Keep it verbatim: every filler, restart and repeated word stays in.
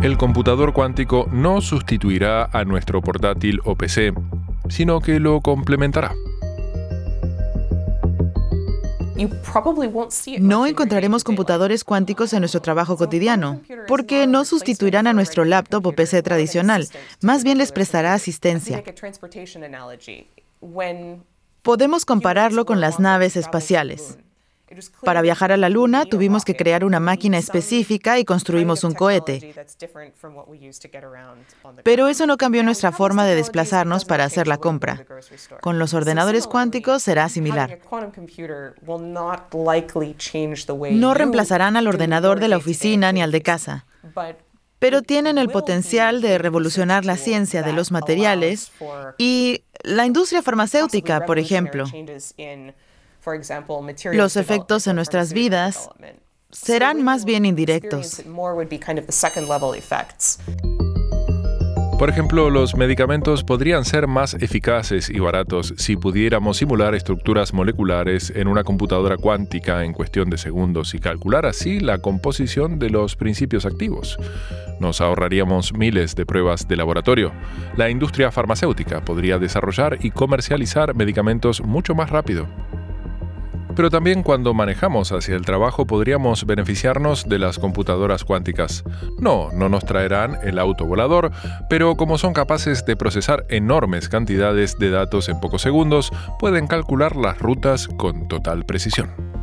El computador cuántico no sustituirá a nuestro portátil o P C, sino que lo complementará. No encontraremos computadores cuánticos en nuestro trabajo cotidiano, porque no sustituirán a nuestro laptop o P C tradicional, más bien les prestará asistencia. Podemos compararlo con las naves espaciales. Para viajar a la Luna, tuvimos que crear una máquina específica y construimos un cohete. Pero eso no cambió nuestra forma de desplazarnos para hacer la compra. Con los ordenadores cuánticos será similar. No reemplazarán al ordenador de la oficina ni al de casa, pero tienen el potencial de revolucionar la ciencia de los materiales y la industria farmacéutica, por ejemplo. Los efectos en nuestras vidas serán más bien indirectos. Por ejemplo, los medicamentos podrían ser más eficaces y baratos si pudiéramos simular estructuras moleculares en una computadora cuántica en cuestión de segundos y calcular así la composición de los principios activos. Nos ahorraríamos miles de pruebas de laboratorio. La industria farmacéutica podría desarrollar y comercializar medicamentos mucho más rápido. Pero también cuando manejamos hacia el trabajo podríamos beneficiarnos de las computadoras cuánticas. No, no nos traerán el auto volador, pero como son capaces de procesar enormes cantidades de datos en pocos segundos, pueden calcular las rutas con total precisión.